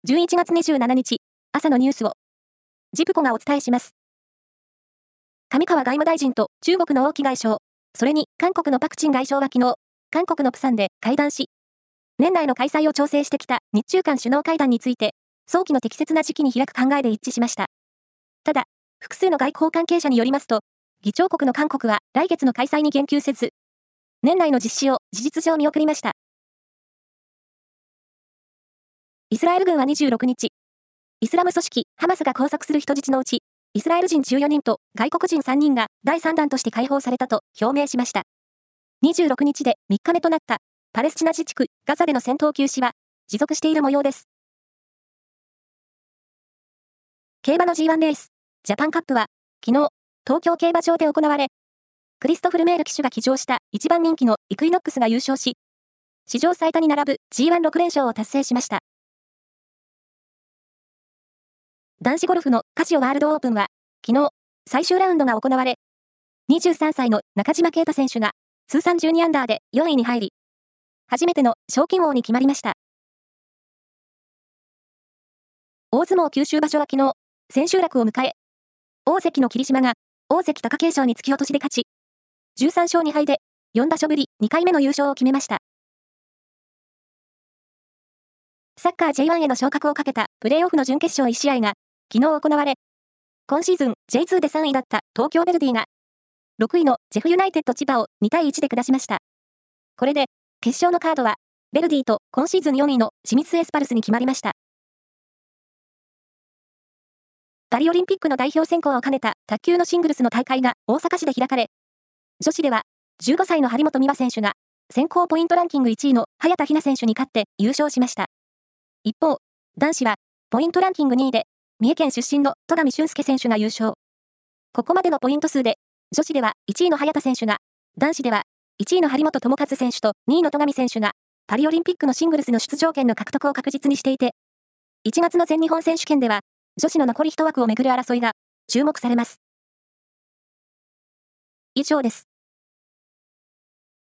11月27日、朝のニュースを、ジプコがお伝えします。上川外務大臣と中国の王毅外相、それに韓国のパクチン外相は昨日、韓国のプサンで会談し、年内の開催を調整してきた日中間首脳会談について、早期の適切な時期に開く考えで一致しました。ただ、複数の外交関係者によりますと、議長国の韓国は来月の開催に言及せず、年内の実施を事実上見送りました。イスラエル軍は26日、イスラム組織ハマスが拘束する人質のうち、イスラエル人14人と外国人3人が第3弾として解放されたと表明しました。26日で3日目となったパレスチナ自治区ガザでの戦闘休止は持続している模様です。競馬の G1 レース、ジャパンカップは昨日、東京競馬場で行われ、クリストフルメール騎手が騎乗した1番人気のイクイノックスが優勝し、史上最多に並ぶ G16 連勝を達成しました。男子ゴルフのカシオワールドオープンは、昨日、最終ラウンドが行われ、23歳の中島啓太選手が、通算12アンダーで4位に入り、初めての賞金王に決まりました。大相撲九州場所は昨日、千秋楽を迎え、大関の霧島が、大関貴景勝に突き落としで勝ち、13勝2敗で、4場所ぶり2回目の優勝を決めました。サッカー J1 への昇格をかけたプレーオフの準決勝1試合が、昨日行われ、今シーズン J2 で3位だった東京ヴェルディが、6位のジェフユナイテッド千葉を2対1で下しました。これで、決勝のカードは、ヴェルディと今シーズン4位の清水エスパルスに決まりました。パリオリンピックの代表選考を兼ねた卓球のシングルスの大会が大阪市で開かれ、女子では、15歳の張本美和選手が、選考ポイントランキング1位の早田ひな選手に勝って優勝しました。一方、男子は、ポイントランキング2位で、三重県出身の戸上隼輔選手が優勝。ここまでのポイント数で、女子では1位の早田選手が、男子では1位の張本智和選手と2位の戸上選手が、パリオリンピックのシングルスの出場権の獲得を確実にしていて、1月の全日本選手権では、女子の残り1枠をめぐる争いが注目されます。以上です。